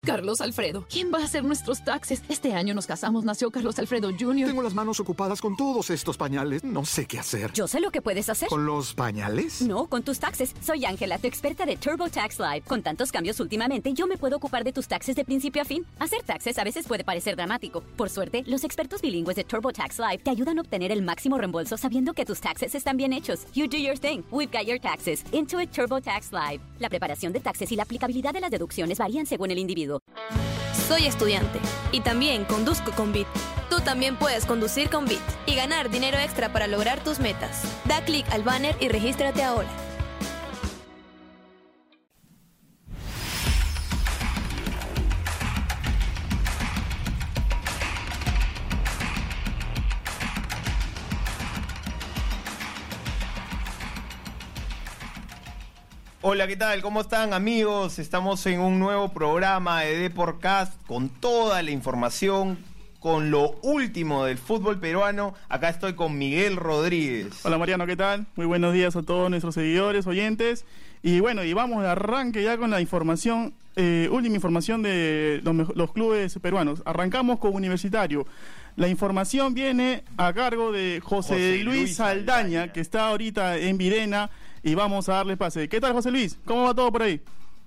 Carlos Alfredo, ¿quién va a hacer nuestros taxes? Este año nos casamos, nació Carlos Alfredo Jr. Tengo las manos ocupadas con todos estos pañales. No sé qué hacer. Yo sé lo que puedes hacer. ¿Con los pañales? No, con tus taxes. Soy Ángela, tu experta de TurboTax Live. Con tantos cambios últimamente, yo me puedo ocupar de tus taxes de principio a fin. Hacer taxes a veces puede parecer dramático. Por suerte, los expertos bilingües de TurboTax Live te ayudan a obtener el máximo reembolso sabiendo que tus taxes están bien hechos. You do your thing. We've got your taxes. Intuit TurboTax Live. La preparación de taxes y la aplicabilidad de las deducciones varían según el individuo. Soy estudiante y también conduzco con Bit. Tú también puedes conducir con Bit y ganar dinero extra para lograr tus metas. Da clic al banner y regístrate ahora. Hola, ¿qué tal? ¿Cómo están, amigos? Estamos en un nuevo programa de Deportcast con toda la información, con lo último del fútbol peruano. Acá estoy con Miguel Rodríguez. Hola, Mariano, ¿qué tal? Muy buenos días a todos nuestros seguidores, oyentes. Y bueno, y vamos de arranque ya con la información, última información de los clubes peruanos. Arrancamos con Universitario. La información viene a cargo de José Luis Saldaña, que está ahorita en Virena. Y vamos a darle pase. ¿Qué tal, José Luis? ¿Cómo va todo por ahí?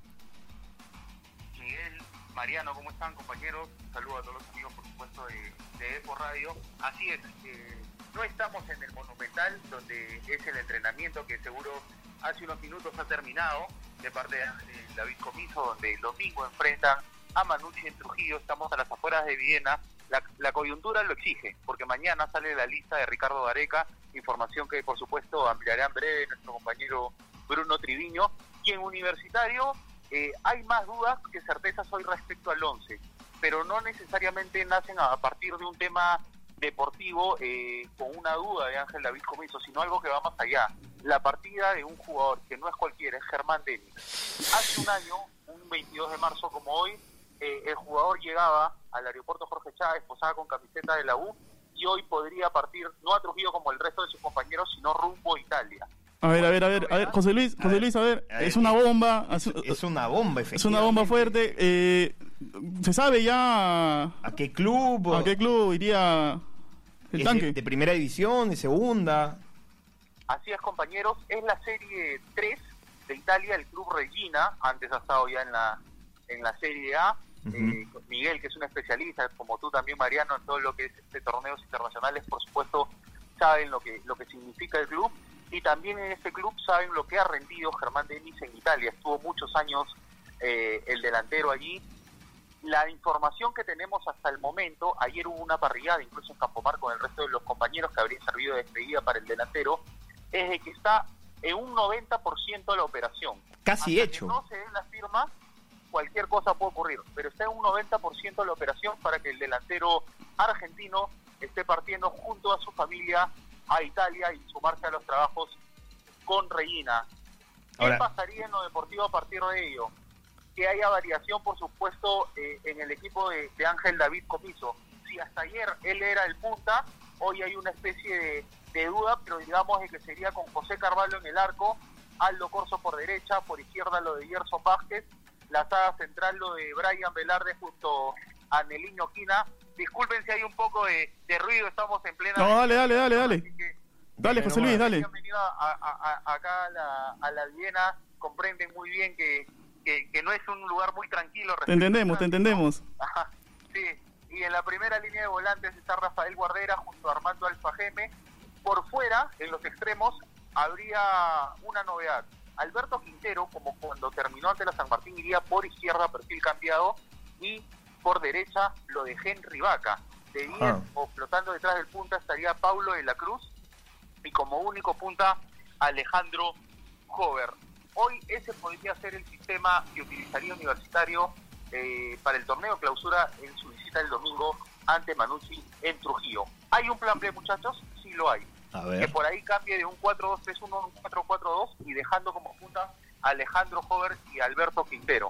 Miguel, Mariano, ¿cómo están, compañeros? Saludos a todos los amigos, por supuesto, de Epo Radio. Así es, no estamos en el Monumental, donde es el entrenamiento que seguro hace unos minutos ha terminado, de parte de David Comiso, donde el domingo enfrentan a Manucci en Trujillo. Estamos a las afueras de Viena. La coyuntura lo exige, porque mañana sale la lista de Ricardo Gareca, información que por supuesto ampliará en breve nuestro compañero Bruno Triviño. Y en Universitario hay más dudas que certezas hoy respecto al 11, pero no necesariamente nacen a partir de un tema deportivo con una duda de Ángel David Comiso, sino algo que va más allá. La partida de un jugador que no es cualquiera, es Germán Denis. Hace un año, un 22 de marzo como hoy, el jugador llegaba al aeropuerto Jorge Chávez, posaba con camiseta de la U, y hoy podría partir, no a Trujillo como el resto de sus compañeros, sino rumbo a Italia. A ver, José Luis, es una bomba. Es una bomba, efectivamente. Es una bomba fuerte. ¿Se sabe ya a qué club iría el tanque? De primera división, de segunda. Así es, compañeros, es la Serie 3 de Italia, el club Regina, antes ha estado ya en la Serie A. Miguel, que es un especialista, como tú también, Mariano, en todo lo que es torneos internacionales, por supuesto, saben lo que significa el club, y también en este club saben lo que ha rendido Germán Denis en Italia. Estuvo muchos años el delantero allí. La información que tenemos hasta el momento, ayer hubo una parrillada, incluso en Campomar, con el resto de los compañeros, que habría servido de despedida para el delantero, es de que está en un 90% la operación. Casi hasta hecho. Que no se den las firmas, cualquier cosa puede ocurrir, pero está en un 90% la operación para que el delantero argentino esté partiendo junto a su familia a Italia y sumarse a los trabajos con Regina. ¿Qué pasaría en lo deportivo a partir de ello? Que haya variación, por supuesto, en el equipo de Ángel David Comiso. Si hasta ayer él era el punta, hoy hay una especie de duda, pero digamos de que sería con José Carvalho en el arco, Aldo Corso por derecha, por izquierda lo de Gerson Vázquez, la saga central lo de Brian Velarde junto a Neliño Quina. Disculpen si hay un poco de ruido, estamos en plena... No, dale. Dale, José Luis, dale. Bienvenido acá a la Viena. Comprenden muy bien que no es un lugar muy tranquilo. Te entendemos. Ajá, sí. Y en la primera línea de volantes está Rafael Guardera junto a Armando Alfajeme. Por fuera, en los extremos, habría una novedad. Alberto Quintero, como cuando terminó ante la San Martín, iría por izquierda, perfil cambiado, y por derecha lo de Henry Vaca. De 10 o flotando detrás del punta estaría Paulo de la Cruz, y como único punta Alejandro Hover. Hoy ese podría ser el sistema que utilizaría Universitario para el torneo clausura en su visita el domingo ante Manucci en Trujillo. ¿Hay un plan B, muchachos? Sí lo hay. Que por ahí cambie de un 4-2-3-1 a un 4-4-2 y dejando como punta a Alejandro Hover y Alberto Quintero.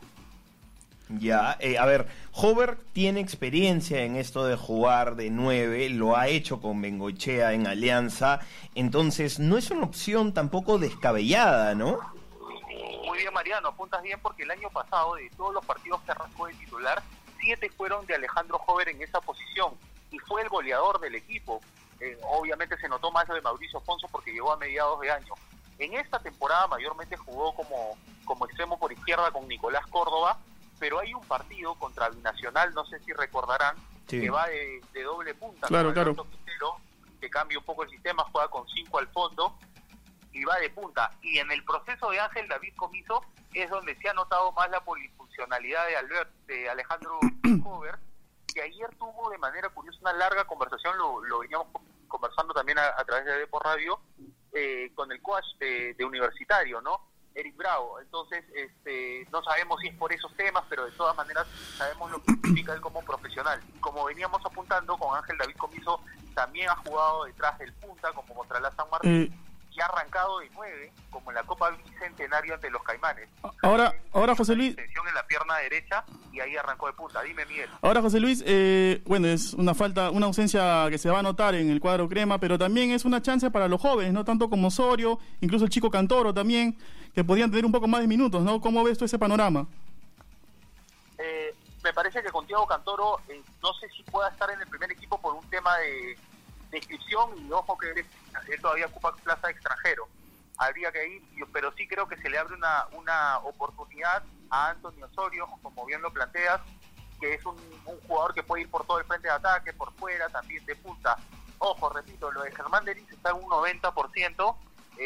Ya, Hover tiene experiencia en esto de jugar de 9, lo ha hecho con Bengoechea en Alianza, entonces no es una opción tampoco descabellada, ¿no? Muy Muy bien, Mariano, apuntas bien porque el año pasado, de todos los partidos que arrancó de titular, 7 fueron de Alejandro Hover en esa posición y fue el goleador del equipo. Obviamente se notó más lo de Mauricio Afonso porque llegó a mediados de año. En esta temporada mayormente jugó como extremo por izquierda con Nicolás Córdoba, pero hay un partido contra Binacional, no sé si recordarán, sí, que va de doble punta. Claro, con Alberto claro. Quintero, que cambia un poco el sistema, juega con 5 al fondo y va de punta. Y en el proceso de Ángel David Comiso es donde se ha notado más la polifuncionalidad de Alejandro Hover, que ayer tuvo de manera curiosa una larga conversación, lo veníamos conversando también a través de por radio, con el coach de Universitario, ¿no? Eric Bravo. Entonces, no sabemos si es por esos temas, pero de todas maneras sabemos lo que significa él como profesional. Y como veníamos apuntando, con Ángel David Comiso también ha jugado detrás del punta, como contra la San Martín, y ha arrancado de 9, como en la Copa Bicentenario ante los Caimanes. Ahora José Luis... Tensión en la pierna derecha y ahí arrancó de punta. Dime, Miguel. Ahora, José Luis, bueno, es una ausencia que se va a notar en el cuadro crema, pero también es una chance para los jóvenes, no tanto como Osorio, incluso el chico Cantoro también, que podían tener un poco más de minutos, ¿no? ¿Cómo ves tú ese panorama? Me parece que con Thiago Cantoro, no sé si pueda estar en el primer equipo por un tema de inscripción, y ojo que él todavía ocupa plaza de extranjero. Habría que ir, pero sí creo que se le abre una oportunidad a Anthony Osorio, como bien lo planteas, que es un jugador que puede ir por todo el frente de ataque, por fuera, también de punta. Ojo, repito, lo de Germán Denis está en un 90%,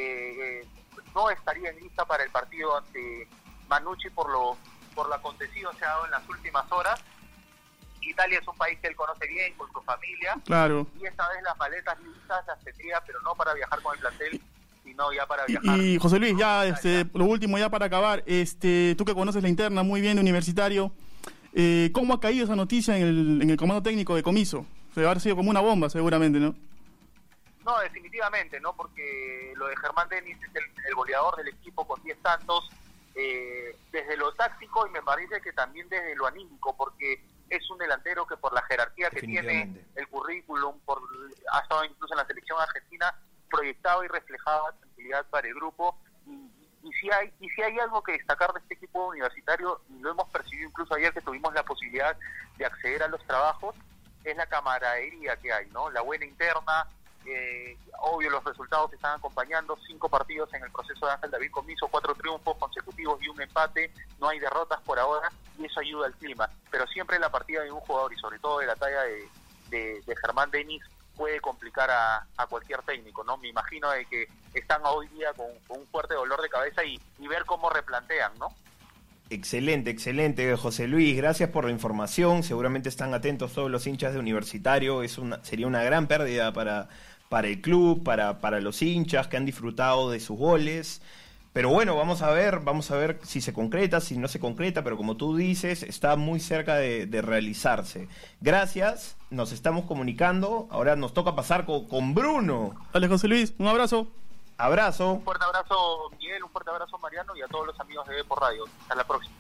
no estaría en lista para el partido ante Manucci por lo acontecido se ha dado en las últimas horas. Italia es un país que él conoce bien, con su familia, claro, y esta vez las maletas listas las tendría, pero no para viajar con el plantel, sino ya para viajar. Y José Luis, ya lo último ya para acabar, tú que conoces la interna muy bien de Universitario, ¿cómo ha caído esa noticia en el comando técnico de Comiso? Se va a haber sido como una bomba seguramente, ¿no? No, definitivamente, ¿no? Porque lo de Germán Denis es el goleador del equipo con 10 tantos, desde lo táctico y me parece que también desde lo anímico, porque es un delantero que por la jerarquía que tiene, el currículum, ha estado incluso en la selección argentina, proyectaba y reflejaba tranquilidad para el grupo. Y si hay algo que destacar de este equipo universitario, y lo hemos percibido incluso ayer que tuvimos la posibilidad de acceder a los trabajos, es la camaradería que hay, ¿no? La buena interna, obvio los resultados están acompañando, 5 partidos en el proceso de Ángel David Comiso, 4 triunfos consecutivos y un empate, no hay derrotas por ahora y eso ayuda al clima, pero siempre la partida de un jugador y sobre todo de la talla de Germán Denis puede complicar a cualquier técnico, ¿no? Me imagino de que están hoy día con un fuerte dolor de cabeza y ver cómo replantean, ¿no? Excelente, José Luis, gracias por la información. Seguramente están atentos todos los hinchas de Universitario. Sería una gran pérdida para el club, para los hinchas que han disfrutado de sus goles. Pero bueno, vamos a ver si se concreta, si no se concreta, pero como tú dices, está muy cerca de realizarse. Gracias, nos estamos comunicando. Ahora nos toca pasar con Bruno. Dale, José Luis, un abrazo. Abrazo. Un fuerte abrazo, Miguel, un fuerte abrazo, Mariano, y a todos los amigos de por Radio. Hasta la próxima.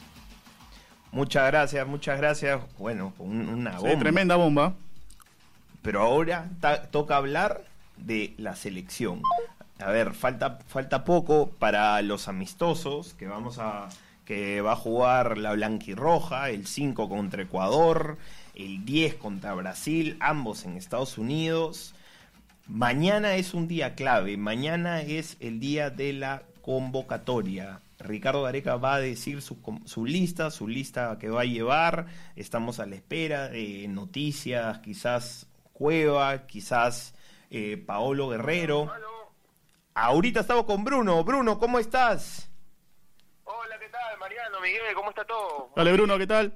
Muchas gracias. Bueno, una bomba. Sí, tremenda bomba. Pero ahora toca hablar de la selección. A ver, falta poco para los amistosos que va a jugar la blanquirroja, el 5 contra Ecuador, el 10 contra Brasil, ambos en Estados Unidos. Mañana es un día clave, mañana es el día de la convocatoria. Ricardo Gareca va a decir su lista que va a llevar. Estamos a la espera de noticias, quizás Cueva, quizás Paolo Guerrero. Ahorita estamos con Bruno. Bruno, ¿cómo estás? Hola, ¿qué tal, Mariano, Miguel? ¿Cómo está todo? Dale, Bruno, ¿qué tal?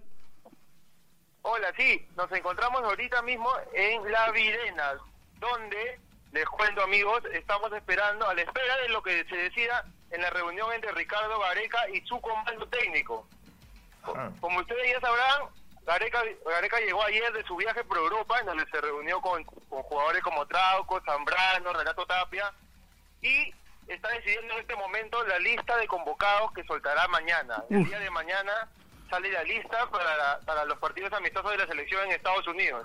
Hola, sí, nos encontramos ahorita mismo en La Virena, donde, les cuento, amigos, estamos a la espera de lo que se decida en la reunión entre Ricardo Gareca y su comando técnico. Como ustedes ya sabrán, Gareca llegó ayer de su viaje por Europa, en donde se reunió con jugadores como Trauco, Zambrano, Renato Tapia, y está decidiendo en este momento la lista de convocados que soltará mañana. El día de mañana sale la lista para los partidos amistosos de la selección en Estados Unidos.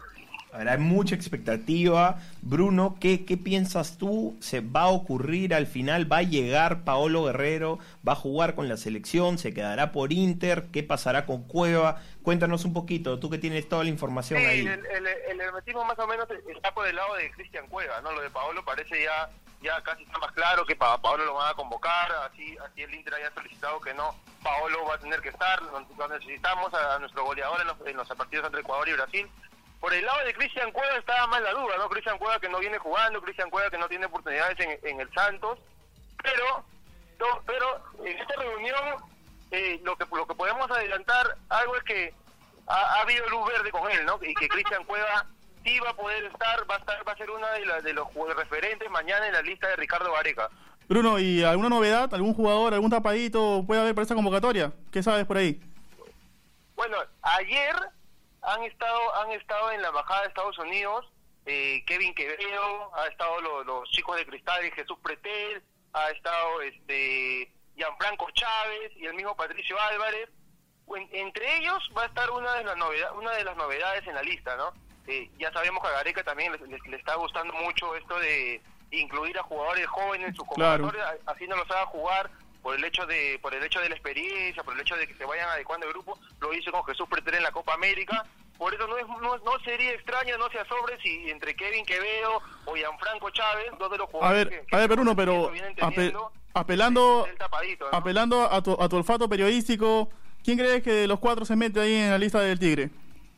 A ver, hay mucha expectativa. Bruno, ¿qué piensas tú? ¿Se va a ocurrir al final? ¿Va a llegar Paolo Guerrero? ¿Va a jugar con la selección? ¿Se quedará por Inter? ¿Qué pasará con Cueva? Cuéntanos un poquito, tú que tienes toda la información ahí. El hermetismo más o menos está por el lado de Cristian Cueva, ¿no? Lo de Paolo parece ya casi está más claro que Paolo lo van a convocar, así el Inter haya solicitado que no, Paolo va a tener que estar, lo necesitamos a nuestro goleador en los partidos entre Ecuador y Brasil. Por el lado de Cristian Cueva estaba más la duda, ¿no? Cristian Cueva que no viene jugando, Cristian Cueva que no tiene oportunidades en el Santos, pero en esta reunión lo que podemos adelantar algo es que ha habido luz verde con él, ¿no? Y que Cristian Cueva sí va a poder estar, va a ser una de los referentes mañana en la lista de Ricardo Gareca. Bruno, ¿y alguna novedad? ¿Algún jugador, algún tapadito puede haber para esta convocatoria? ¿Qué sabes por ahí? Bueno, ayer han estado en la embajada de Estados Unidos Kevin Quevedo, ha estado los chicos de Cristal y Jesús Pretel, ha estado Gianfranco Chávez y el mismo Patricio Álvarez. Entre ellos va a estar una de las novedades en la lista, ¿no? Ya sabemos que a Gareca también le está gustando mucho esto de incluir a jugadores jóvenes en su convocatoria, claro. Así no los haga jugar por el hecho de la experiencia, por el hecho de que se vayan adecuando el grupo. Lo hizo con Jesús Pretel en la Copa América. Por eso no sería extraño, no se asobre si entre Kevin Quevedo o Gianfranco Chávez, dos de los jugadores a ver, Bruno, pero apelando a tu olfato periodístico, ¿quién crees que de los cuatro se mete ahí en la lista del Tigre?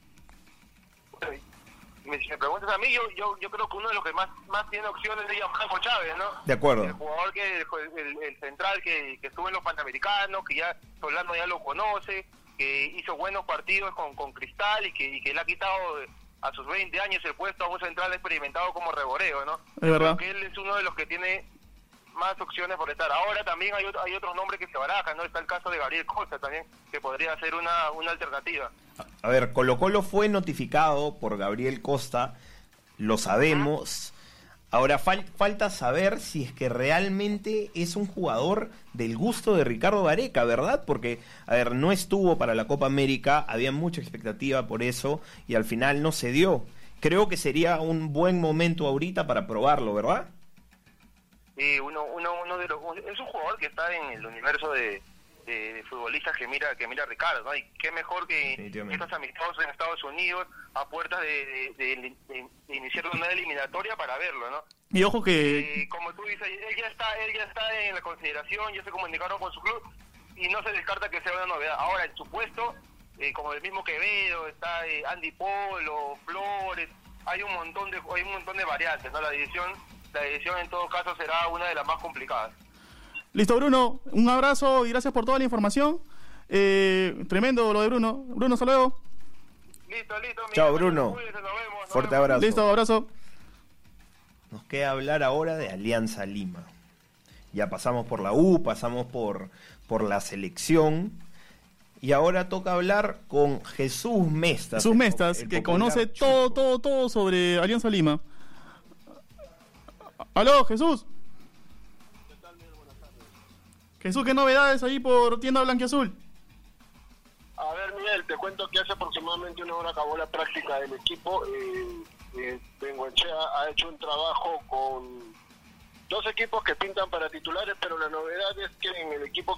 Si me preguntas a mí, yo creo que uno de los que más tiene opciones es Gianfranco Chávez, ¿no? De acuerdo. El jugador el central que estuvo en los Panamericanos, que ya Solano ya lo conoce, que hizo buenos partidos con Cristal y que le ha quitado a sus 20 años el puesto a un central experimentado como Reboreo, ¿no? Es verdad. Creo que él es uno de los que tiene más opciones por estar. Ahora también hay otros nombres que se barajan, ¿no? Está el caso de Gabriel Costa también, que podría ser una alternativa. A ver, Colo-Colo fue notificado por Gabriel Costa, lo sabemos. Ahora falta saber si es que realmente es un jugador del gusto de Ricardo Gareca, ¿verdad? Porque, a ver, no estuvo para la Copa América, había mucha expectativa por eso y al final no se dio. Creo que sería un buen momento ahorita para probarlo, ¿verdad? Uno de los, es un jugador que está en el universo de futbolistas que mira Ricardo, ¿no? Y qué mejor que estos amistosos en Estados Unidos a puertas de iniciar una eliminatoria para verlo, ¿no? Y ojo que como tú dices, él ya está en la consideración, ya se comunicaron con su club y no se descarta que sea una novedad. Ahora en su puesto, como el mismo Quevedo, está Andy Polo, Flores, hay un montón de variantes, ¿no? La decisión en todo caso será una de las más complicadas. Listo, Bruno, un abrazo y gracias por toda la información. Tremendo lo de Bruno. Bruno, hasta luego. Listo. Chao, Bruno. Cuídense, nos vemos. Fuerte abrazo. Listo, abrazo. Nos queda hablar ahora de Alianza Lima. Ya pasamos por la U, pasamos por la selección. Y ahora toca hablar con Jesús Mestas. Jesús Mestas, que conoce todo sobre Alianza Lima. Aló, Jesús. Jesús, ¿qué novedades ahí por Tienda Blanquiazul? A ver, Miguel, te cuento que hace aproximadamente una hora acabó la práctica del equipo. Bengoechea ha hecho un trabajo con dos equipos que pintan para titulares, pero la novedad es que en el equipo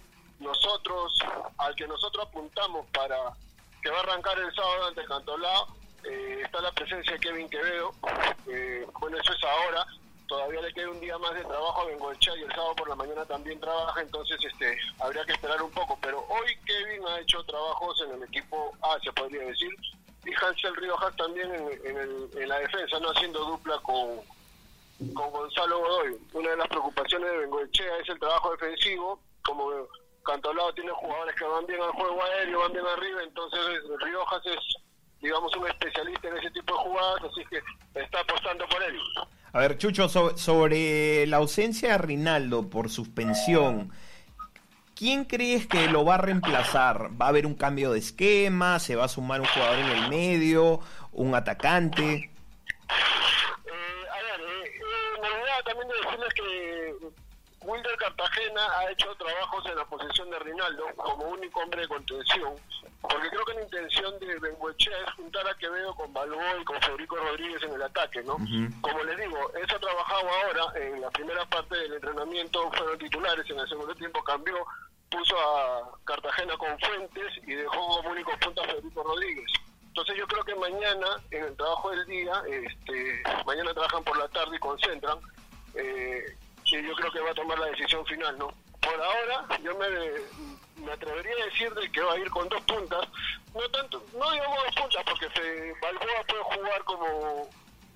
al que nosotros apuntamos para que va a arrancar el sábado ante Cantolao, está la presencia de Kevin Quevedo. Bueno, eso es ahora. Todavía le queda un día más de trabajo a Bengoechea y el sábado por la mañana también trabaja, entonces habría que esperar un poco. Pero hoy Kevin ha hecho trabajos en el equipo A, se podría decir, y Hansel Riojas también en la defensa, no haciendo dupla con Gonzalo Godoy. Una de las preocupaciones de Bengoechea es el trabajo defensivo, como Cantolao tiene jugadores que van bien al juego aéreo, van bien arriba, entonces Riojas es, digamos, un especialista en ese tipo de jugadas, así que está apostando por él. A ver, Chucho, sobre la ausencia de Rinaldo por suspensión, ¿quién crees que lo va a reemplazar? ¿Va a haber un cambio de esquema? ¿Se va a sumar un jugador en el medio? ¿Un atacante? Me olvidaba también de decirles que Wilder Cartagena ha hecho trabajos en la posición de Rinaldo como único hombre de contención, porque creo que la intención de Bengoechea es juntar a Quevedo con Balboa y con Federico Rodríguez en el ataque, ¿no? Como les digo, eso ha trabajado ahora. En la primera parte del entrenamiento fueron titulares, en el segundo tiempo cambió, puso a Cartagena con Fuentes y dejó como único punto a Federico Rodríguez. Entonces yo creo que mañana, en el trabajo del día, mañana trabajan por la tarde y concentran, y yo creo que va a tomar la decisión final, ¿no? Por ahora, yo me atrevería a decir de que va a ir con 2 puntas, no digamos 2 puntas, porque Balboa puede jugar como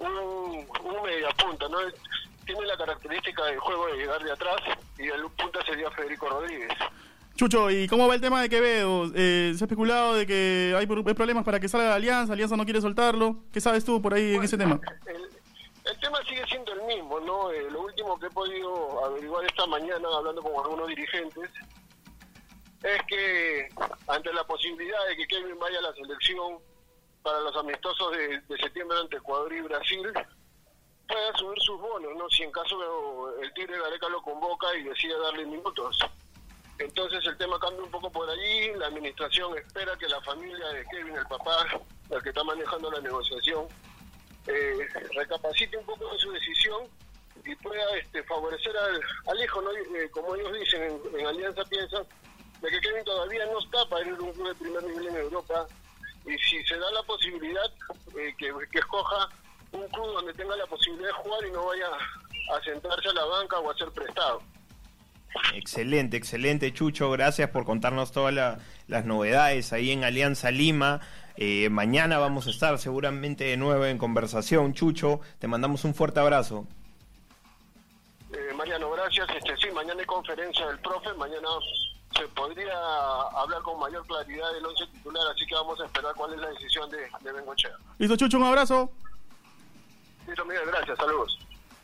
un media punta, ¿no? Tiene la característica del juego de llegar de atrás, y el punta sería Federico Rodríguez. Chucho, ¿y cómo va el tema de Quevedo? Se ha especulado de que hay problemas para que salga de Alianza no quiere soltarlo. ¿Qué sabes tú por ahí en ese tema? El tema sigue siendo el mismo, ¿no? Lo último que he podido averiguar esta mañana, hablando con algunos dirigentes, es que ante la posibilidad de que Kevin vaya a la selección para los amistosos de septiembre ante Ecuador y Brasil, pueda subir sus bonos, ¿no? Si en caso el Tigre Gareca lo convoca y decide darle minutos. Entonces el tema cambia un poco por allí. La administración espera que la familia de Kevin, el papá, el que está manejando la negociación, recapacite un poco de su decisión y pueda favorecer al hijo, ¿no? Como ellos dicen, en Alianza piensan de que Kevin todavía no está para ir a un club de primer nivel en Europa, y si se da la posibilidad, que escoja un club donde tenga la posibilidad de jugar y no vaya a sentarse a la banca o a ser prestado. Excelente, Chucho, gracias por contarnos todas las novedades ahí en Alianza Lima. Mañana vamos a estar seguramente de nuevo en conversación. Chucho, te mandamos un fuerte abrazo. Mariano, gracias. Sí, mañana hay conferencia del profe, mañana se podría hablar con mayor claridad del 11 titular, así que vamos a esperar cuál es la decisión de Bengoechea. Listo, Chucho, un abrazo. Listo, Miguel, gracias, saludos.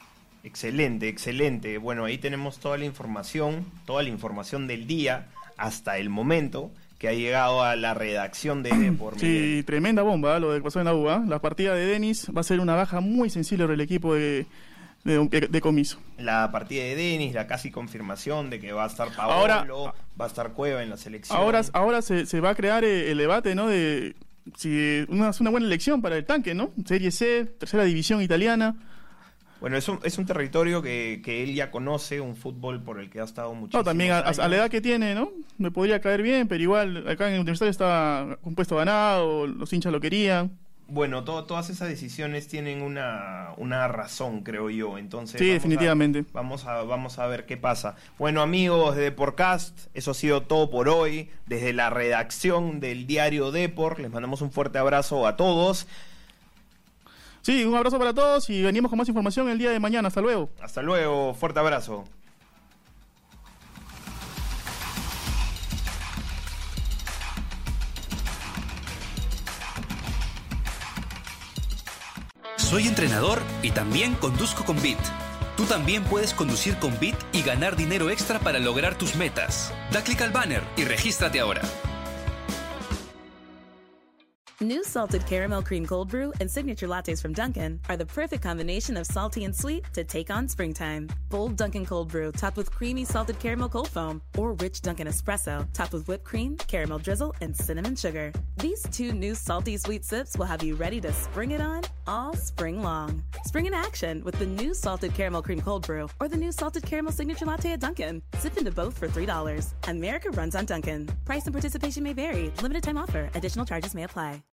Excelente. Bueno, ahí tenemos toda la información del día hasta el momento que ha llegado a la redacción de Depor. Sí, tremenda bomba, lo que pasó en la U. La partida de Denis va a ser una baja muy sensible para el equipo de Comiso. La partida de Denis, la casi confirmación de que va a estar Paolo, va a estar Cueva en la selección. Ahora se va a crear el debate, ¿no? De si es una buena elección para el tanque, ¿no? Serie C, tercera división italiana. Bueno, es un territorio que él ya conoce, un fútbol por el que ha estado muchísimo. También a la edad que tiene, ¿no? Me podría caer bien, pero igual acá en el Universitario está compuesto ganado, los hinchas lo querían. Bueno, todas esas decisiones tienen una razón, creo yo. Entonces, sí, definitivamente. Vamos a ver qué pasa. Bueno, amigos de Deporcast, eso ha sido todo por hoy. Desde la redacción del diario Depor, les mandamos un fuerte abrazo a todos. Sí, un abrazo para todos y venimos con más información el día de mañana. Hasta luego. Hasta luego, fuerte abrazo. Soy entrenador y también conduzco con Bit. Tú también puedes conducir con Bit y ganar dinero extra para lograr tus metas. Da clic al banner y regístrate ahora. New Salted Caramel Cream Cold Brew and Signature Lattes from Dunkin' are the perfect combination of salty and sweet to take on springtime. Bold Dunkin' Cold Brew topped with creamy salted caramel cold foam, or rich Dunkin' Espresso topped with whipped cream, caramel drizzle, and cinnamon sugar. These 2 new salty sweet sips will have you ready to spring it on all spring long. Spring in action with the new Salted Caramel Cream Cold Brew or the new Salted Caramel Signature Latte at Dunkin'. Sip into both for $3. America runs on Dunkin'. Price and participation may vary. Limited time offer. Additional charges may apply.